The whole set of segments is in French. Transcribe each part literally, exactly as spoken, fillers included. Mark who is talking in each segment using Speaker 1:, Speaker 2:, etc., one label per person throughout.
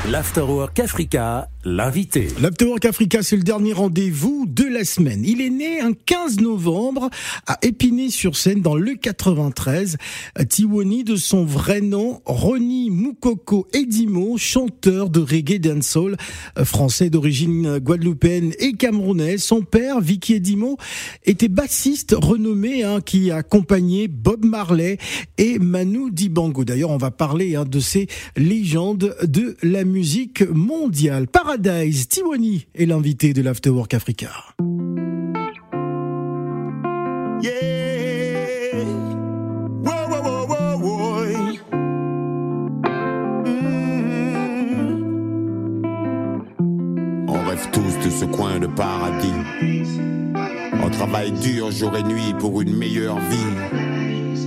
Speaker 1: L'Afterwork Africa, l'invité.
Speaker 2: L'Afterwork Africa, c'est le dernier rendez-vous de la semaine. Il est né un quinze novembre à Épinay-sur-Seine dans le quatre-vingt-treize. Tiwoni, de son vrai nom, Ronnie Moukoko Edimo, chanteur de reggae dancehall français d'origine guadeloupéenne et camerounaise. Son père, Vicky Edimo, était bassiste renommé hein, qui a accompagné Bob Marley et Manu Dibango. D'ailleurs, on va parler hein, de ces légendes de la musique mondiale. Paradise, Tiwoni est l'invité de l'Afterwork Africa.
Speaker 3: Yeah. Wow, wow, wow, wow, wow. Mm. On rêve tous de ce coin de paradis. On travaille dur jour et nuit pour une meilleure vie.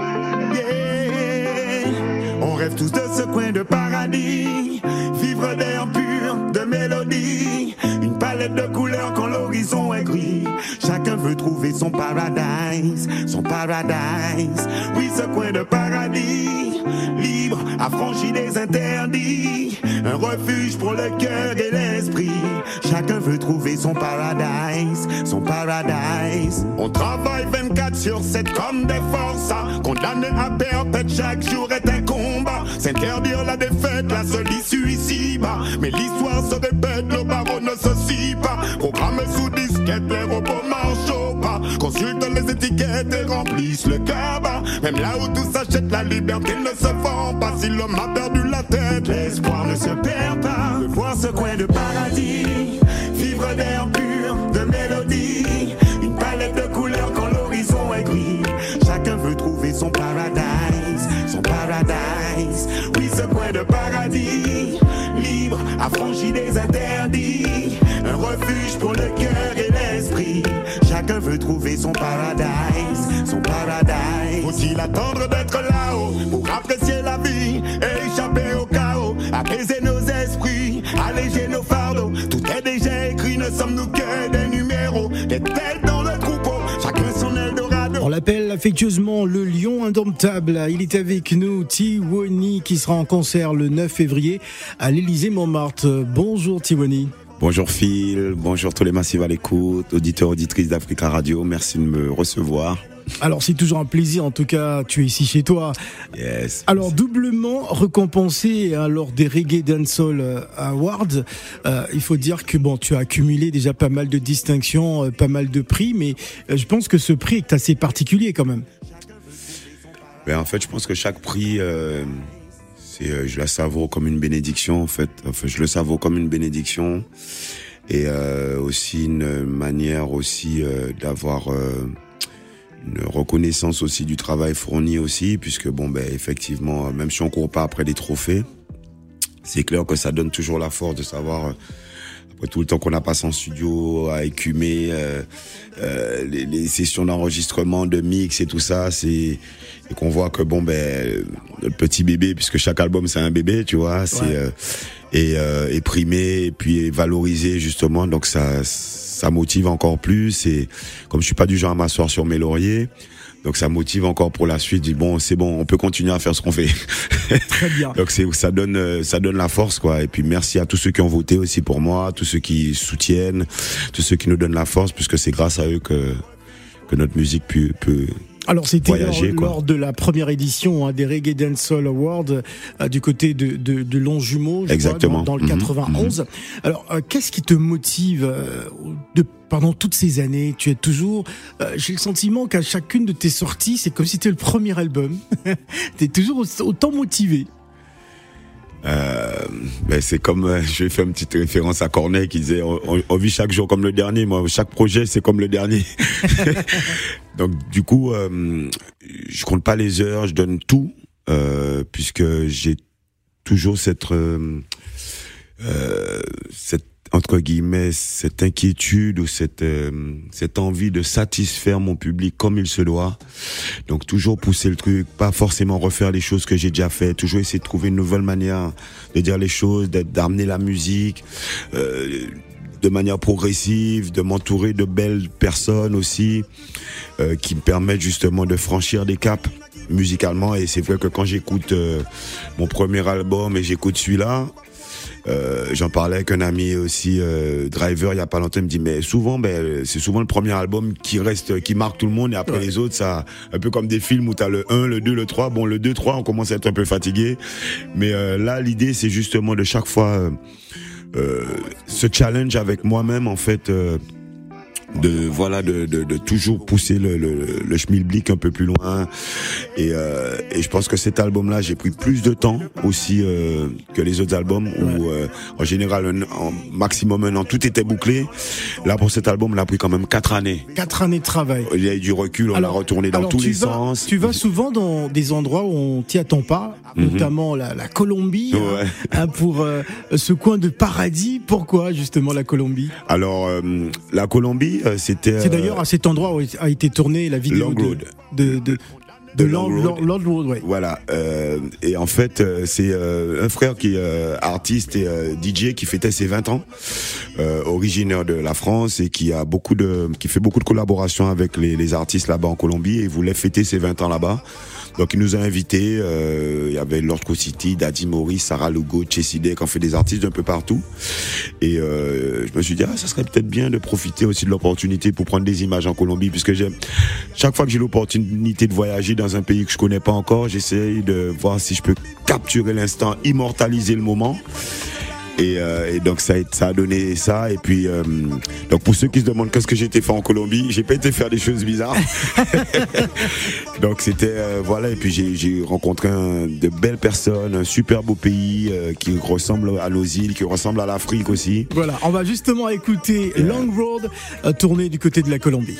Speaker 3: Yeah. On rêve tous de ce coin de paradis. Vivre d'air pur, de mélodie. Une palette de couleurs quand l'horizon est gris. Chacun veut trouver son paradise, son paradise. Oui, ce coin de paradis, libre, affranchi des interdits. Un refuge pour le cœur et l'esprit. Chacun veut trouver son paradise, son paradise. On travaille vingt-quatre sur sept comme des forces. Condamné à perpète, chaque jour est un combat. S'interdire la défaite, la seule issue ici bas. Mais l'histoire se répète, le barreau ne se scie pas. Programmé sous disquette, les robots marchent au pas. Consulte les étiquettes et remplissent le cabas. Même là où tout s'achète, la liberté ne se vend pas. Si l'homme a perdu la tête, l'espoir ne se perd pas. De voir ce coin de paradis, vivre d'air pur, de mélodie. Une palette de couleurs quand l'horizon est gris. Chacun veut trouver son paradise, son paradise. Oui, ce coin de paradis, libre, affranchi des interdits. Un refuge pour le cœur et l'esprit. Chacun veut trouver son paradise, son paradise. Faut-il attendre d'être là-haut pour apprécier la vie et échapper au chaos, apaiser nos esprits, alléger nos fardeaux. Tout est déjà écrit, ne sommes-nous que des numéros, des têtes dans le troupeau, chacun son Eldorado.
Speaker 2: On l'appelle affectueusement le lion indomptable. Il est avec nous, Tiwoni, qui sera en concert le neuf février à l'Élysée-Montmartre. Bonjour Tiwoni.
Speaker 4: Bonjour Phil, bonjour tous les massifs à l'écoute, auditeurs, auditrices d'Africa Radio, merci de me recevoir.
Speaker 2: Alors c'est toujours un plaisir, en tout cas tu es ici chez toi.
Speaker 4: Yes.
Speaker 2: Alors doublement récompensé hein, lors des Reggae Dancehall Awards, euh, il faut dire que bon tu as accumulé déjà pas mal de distinctions, euh, pas mal de prix, mais euh, je pense que ce prix est assez particulier quand même.
Speaker 4: Ben, en fait je pense que chaque prix... Euh... Et je la savoure comme une bénédiction en fait. Enfin, je le savoure comme une bénédiction et euh, aussi une manière aussi euh, d'avoir euh, une reconnaissance aussi du travail fourni aussi, puisque bon ben effectivement même si on court pas après des trophées, c'est clair que ça donne toujours la force de savoir euh, après tout le temps qu'on a passé en studio à écumer euh, euh, les, les sessions d'enregistrement, de mix et tout ça, c'est et qu'on voit que bon ben notre petit bébé, puisque chaque album c'est un bébé, tu vois, c'est ouais. euh, et euh, est primé et puis est valorisé justement, donc ça ça motive encore plus. Et comme je suis pas du genre à m'asseoir sur mes lauriers, donc ça motive encore pour la suite. Je dis bon, c'est bon, on peut continuer à faire ce qu'on fait.
Speaker 2: Très bien.
Speaker 4: Donc c'est ça donne ça donne la force quoi. Et puis merci à tous ceux qui ont voté aussi pour moi, tous ceux qui soutiennent, tous ceux qui nous donnent la force, puisque c'est grâce à eux que que notre musique peut peut
Speaker 2: Alors c'était
Speaker 4: voyager,
Speaker 2: lors,
Speaker 4: quoi.
Speaker 2: lors de la première édition hein, des Reggae Dancehall Awards euh, du côté de, de, de Longjumeau, je
Speaker 4: Exactement.
Speaker 2: crois, dans, dans le
Speaker 4: Mmh,
Speaker 2: quatre-vingt-onze.
Speaker 4: Mmh.
Speaker 2: Alors euh, qu'est-ce qui te motive euh, de, pendant toutes ces années? Tu es toujours, euh, j'ai le sentiment qu'à chacune de tes sorties, c'est comme si c'était le premier album. Tu es toujours autant motivé.
Speaker 4: Euh, ben c'est comme euh, je vais faire une petite référence à Corneille qui disait on, on, on vit chaque jour comme le dernier. Moi, chaque projet c'est comme le dernier. Donc du coup, euh, je compte pas les heures, je donne tout euh, puisque j'ai toujours cette euh, euh, cette entre guillemets cette inquiétude ou cette euh, cette envie de satisfaire mon public comme il se doit. Donc toujours pousser le truc, pas forcément refaire les choses que j'ai déjà fait, toujours essayer de trouver une nouvelle manière de dire les choses, d'amener la musique euh, de manière progressive, de m'entourer de belles personnes aussi euh, qui me permettent justement de franchir des caps musicalement. Et c'est vrai que quand j'écoute euh, mon premier album et j'écoute celui-là, Euh, j'en parlais avec un ami aussi, euh, driver, il y a pas longtemps, il me dit, mais souvent, ben, c'est souvent le premier album qui reste, qui marque tout le monde, et après ouais. les autres, ça, un peu comme des films où t'as le un, le deux, le trois. Bon, le deux, trois, on commence à être un peu fatigué. Mais, euh, là, l'idée, c'est justement de chaque fois, euh, euh, ce challenge avec moi-même, en fait, euh, de voilà de, de, de toujours pousser le, le, le schmilblick un peu plus loin et, euh, et je pense que cet album là j'ai pris plus de temps aussi euh, que les autres albums où euh, en général un, en maximum un an tout était bouclé. Là pour cet album on a pris quand même quatre années
Speaker 2: quatre années de travail.
Speaker 4: Il y a eu du recul, on alors, a retourné dans tous les
Speaker 2: vas,
Speaker 4: sens.
Speaker 2: Tu vas souvent dans des endroits où on t'y attend pas, mm-hmm. notamment la, la Colombie
Speaker 4: ouais.
Speaker 2: hein, pour euh, ce coin de paradis. Pourquoi justement la Colombie?
Speaker 4: Alors euh, la Colombie c'était.
Speaker 2: C'est d'ailleurs à cet endroit où a été tournée la vidéo
Speaker 4: Long Road.
Speaker 2: de, de, de, de Long Road. Long Road, ouais.
Speaker 4: Voilà. Euh, et en fait, euh, c'est euh, un frère qui est euh, artiste et euh, D J qui fêtait ses vingt ans, euh, originaire de la France et qui a beaucoup de, qui fait beaucoup de collaborations avec les, les artistes là-bas en Colombie et voulait fêter ses vingt ans là-bas. Donc il nous a invités, euh, il y avait Lord City, Daddy Maurice, Sarah Lugo, Chessidé, qui ont fait des artistes d'un peu partout. Et euh, je me suis dit, ah, ça serait peut-être bien de profiter aussi de l'opportunité pour prendre des images en Colombie, puisque j'aime, chaque fois que j'ai l'opportunité de voyager dans un pays que je connais pas encore, j'essaie de voir si je peux capturer l'instant, immortaliser le moment. Et, euh, et donc ça a, ça a donné ça. Et puis euh, donc pour ceux qui se demandent qu'est-ce que j'ai été faire en Colombie, j'ai pas été faire des choses bizarres. Donc c'était euh, voilà. Et puis j'ai, j'ai rencontré un, de belles personnes, un super beau pays euh, qui ressemble à nos îles, qui ressemble à l'Afrique aussi.
Speaker 2: Voilà, on va justement écouter yeah. Long Road euh, tourné du côté de la Colombie.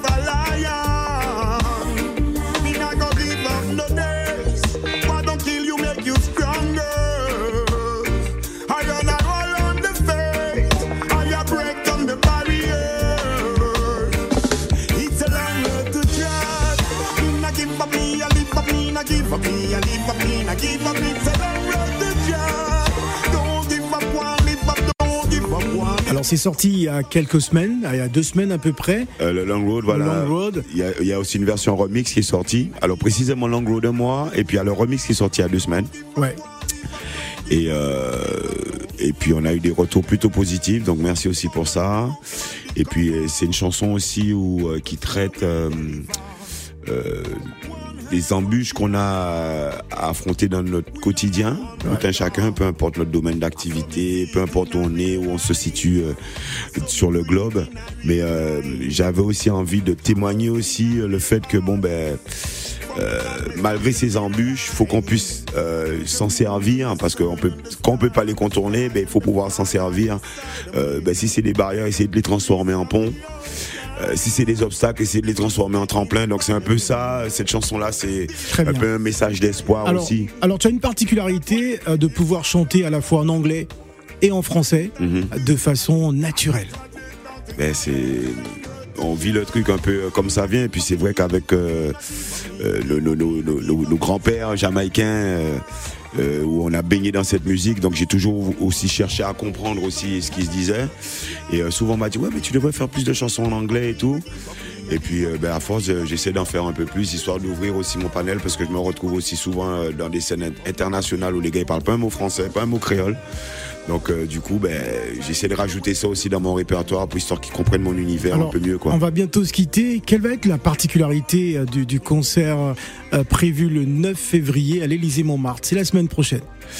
Speaker 2: Alors c'est sorti il y a quelques semaines, il y a deux semaines à peu près.
Speaker 4: Euh, le Long Road, voilà.
Speaker 2: Long Road.
Speaker 4: Il y a, il y a aussi une version remix qui est sortie. Alors précisément Long Road un mois, et puis il y a le remix qui est sorti il y a deux semaines.
Speaker 2: Ouais.
Speaker 4: Et euh, et puis on a eu des retours plutôt positifs, donc merci aussi pour ça. Et puis c'est une chanson aussi où euh, qui traite euh, euh, des embûches qu'on a à affronter dans notre quotidien, ouais. tout un chacun, peu importe notre domaine d'activité, peu importe où on est, où on se situe euh, sur le globe. Mais euh, j'avais aussi envie de témoigner aussi le fait que bon ben euh, malgré ces embûches, faut qu'on puisse euh, s'en servir, parce qu'on peut, quand on peut pas les contourner, ben il faut pouvoir s'en servir. Euh, ben si c'est des barrières, essayer de les transformer en ponts. Euh, si c'est des obstacles, essayer de les transformer en tremplin. Donc c'est un peu ça, cette chanson-là, c'est Très un bien. peu un message d'espoir
Speaker 2: alors,
Speaker 4: aussi.
Speaker 2: Alors tu as une particularité euh, de pouvoir chanter à la fois en anglais et en français, mm-hmm. de façon naturelle.
Speaker 4: Ben c'est... On vit le truc un peu comme ça vient, et puis c'est vrai qu'avec euh, euh, le, le, le, le, le, le grand-père jamaïcain, euh, Euh, où on a baigné dans cette musique, donc j'ai toujours aussi cherché à comprendre aussi ce qui se disait. Et euh, souvent on m'a dit ouais mais tu devrais faire plus de chansons en anglais et tout. Et puis euh, ben à force euh, j'essaie d'en faire un peu plus, histoire d'ouvrir aussi mon panel, parce que je me retrouve aussi souvent euh, dans des scènes internationales où les gars ils parlent pas un mot français, pas un mot créole. Donc euh, du coup ben j'essaie de rajouter ça aussi dans mon répertoire pour histoire qu'ils comprennent mon univers. Alors, un peu mieux quoi.
Speaker 2: On va bientôt se quitter. Quelle va être la particularité euh, du, du concert euh, prévu le neuf février à l'Élysée-Montmartre? C'est la semaine prochaine.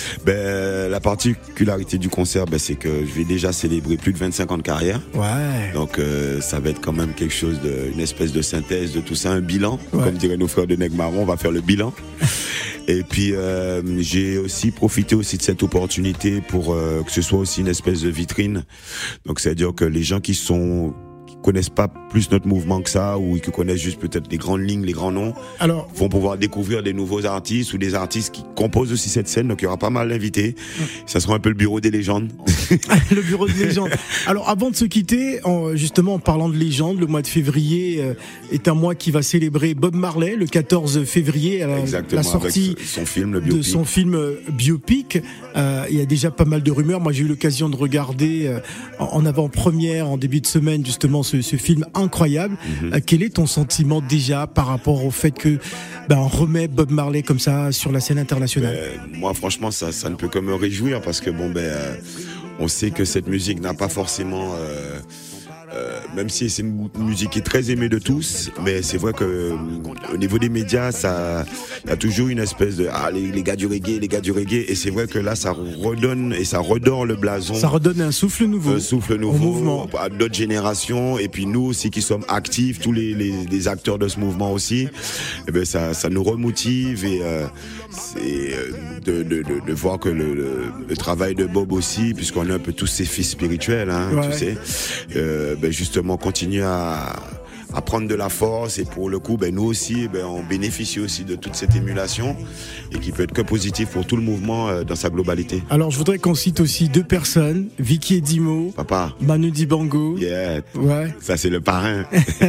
Speaker 4: Ben la particularité du concert, ben c'est que je vais déjà célébrer plus de vingt-cinq ans de carrière.
Speaker 2: Ouais.
Speaker 4: Donc euh, ça va être quand même quelque chose de, une espèce de synthèse de tout ça, un bilan, ouais. Comme diraient nos frères de Nègre Marron, on va faire le bilan. Et puis euh, j'ai aussi profité aussi de cette opportunité pour euh, que ce soit aussi une espèce de vitrine. Donc c'est-à-dire que les gens qui sont qui connaissent pas plus notre mouvement que ça, ou qui connaissent juste peut-être les grandes lignes, les grands noms, alors vont pouvoir découvrir des nouveaux artistes ou des artistes qui composent aussi cette scène. Donc il y aura pas mal d'invités. Mmh. Ça sera un peu le bureau des légendes.
Speaker 2: Le bureau des légendes. Alors avant de se quitter, en, justement en parlant de légendes, le mois de février euh, est un mois qui va célébrer Bob Marley le quatorze février, à la, la sortie
Speaker 4: son film, le
Speaker 2: de son film euh, biopic. Euh, il y a déjà pas mal de rumeurs. Moi j'ai eu l'occasion de regarder euh, en avant-première en début de semaine justement ce, ce film incroyable. Mm-hmm. Euh, quel est ton sentiment déjà par rapport au fait que ben, on remet Bob Marley comme ça sur la scène internationale?
Speaker 4: Ben, moi, franchement, ça, ça ne peut que me réjouir parce que bon, ben, euh, on sait que cette musique n'a pas forcément. Euh, Euh, même si c'est une musique qui est très aimée de tous, mais c'est vrai que euh, au niveau des médias, ça, il y a toujours une espèce de ah les, les gars du reggae, les gars du reggae, et c'est vrai que là, ça redonne et ça redore le blason.
Speaker 2: Ça redonne un souffle nouveau.
Speaker 4: Un souffle nouveau à d'autres générations, et puis nous aussi qui sommes actifs, tous les, les, les acteurs de ce mouvement aussi, et ben ça, ça nous remotive et euh, c'est de, de, de, de voir que le, le, le travail de Bob aussi, puisqu'on est un peu tous ses fils spirituels, hein, ouais. tu sais. Euh, ben justement continuer à, à prendre de la force et pour le coup ben nous aussi ben on bénéficie aussi de toute cette émulation et qui peut être que positif pour tout le mouvement euh, dans sa globalité.
Speaker 2: Alors je voudrais qu'on cite aussi deux personnes, Vicky et Dimo,
Speaker 4: papa
Speaker 2: Manu Dibango.
Speaker 4: Yeah.
Speaker 2: Ouais.
Speaker 4: Ça c'est le parrain.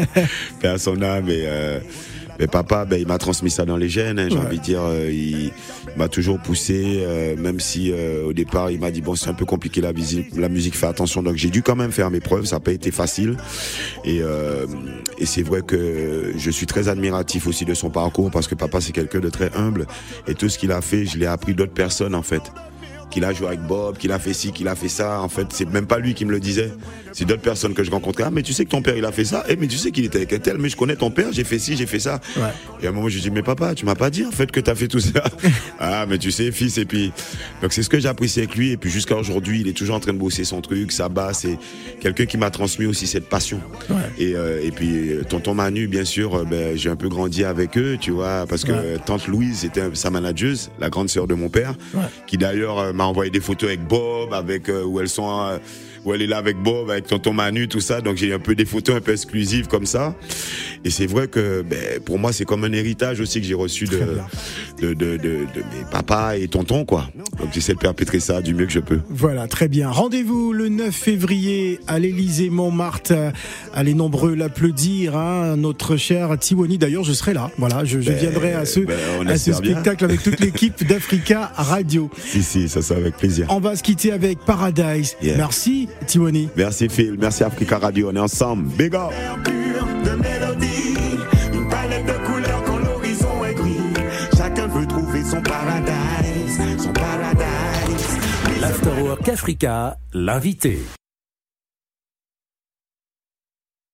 Speaker 4: Père son âme et euh, mais papa, ben, il m'a transmis ça dans les gènes, hein, j'ai ouais. envie de dire, euh, il m'a toujours poussé, euh, même si euh, au départ il m'a dit bon c'est un peu compliqué la musique, la musique, fais attention, donc j'ai dû quand même faire mes preuves, ça n'a pas été facile, et, euh, et c'est vrai que je suis très admiratif aussi de son parcours parce que papa c'est quelqu'un de très humble et tout ce qu'il a fait, je l'ai appris d'autres personnes en fait. Qu'il a joué avec Bob, qu'il a fait ci, qu'il a fait ça. En fait, c'est même pas lui qui me le disait. C'est d'autres personnes que je rencontrais. Ah, mais tu sais que ton père, il a fait ça. Eh, mais tu sais qu'il était avec un tel. Mais je connais ton père, j'ai fait ci, j'ai fait ça. Ouais. Et à un moment, je lui dis, mais papa, tu m'as pas dit, en fait, que t'as fait tout ça. Ah, mais tu sais, fils. Et puis, donc c'est ce que j'apprécie avec lui. Et puis, jusqu'à aujourd'hui, il est toujours en train de bosser son truc, sa basse. C'est quelqu'un qui m'a transmis aussi cette passion. Ouais. Et, euh, et puis, tonton Manu, bien sûr, euh, ben, j'ai un peu grandi avec eux, tu vois, parce que ouais. euh, tante Louise était sa manageuse, la grande sœur de mon père, ouais. qui d'ailleurs euh, m'a envoyé des photos avec Bob, avec euh, où elles sont, euh, où elle est là avec Bob, avec tonton Manu, tout ça. Donc j'ai un peu des photos un peu exclusives comme ça. Et c'est vrai que ben, pour moi c'est comme un héritage aussi que j'ai reçu de de, de, de, de mes papas et tontons quoi. Donc j'essaie de perpétrer ça du mieux que je peux.
Speaker 2: Voilà, très bien. Rendez-vous le neuf février à l'Élysée Montmartre. Allez nombreux l'applaudir, hein, notre cher Tiwani. D'ailleurs, je serai là. Voilà, je, je ben, viendrai à ce ben, à ce spectacle avec toute l'équipe d'Africa Radio.
Speaker 4: Si si, ça sera avec plaisir.
Speaker 2: On va se quitter avec Paradise. Yeah. Merci Tiwani.
Speaker 4: Merci Phil, merci Africa Radio. On est ensemble. Big up.
Speaker 3: De mélodie, une palette de couleurs quand l'horizon est gris. Chacun veut trouver son paradise, son paradise.
Speaker 1: L'Afterwork Africa, l'invité.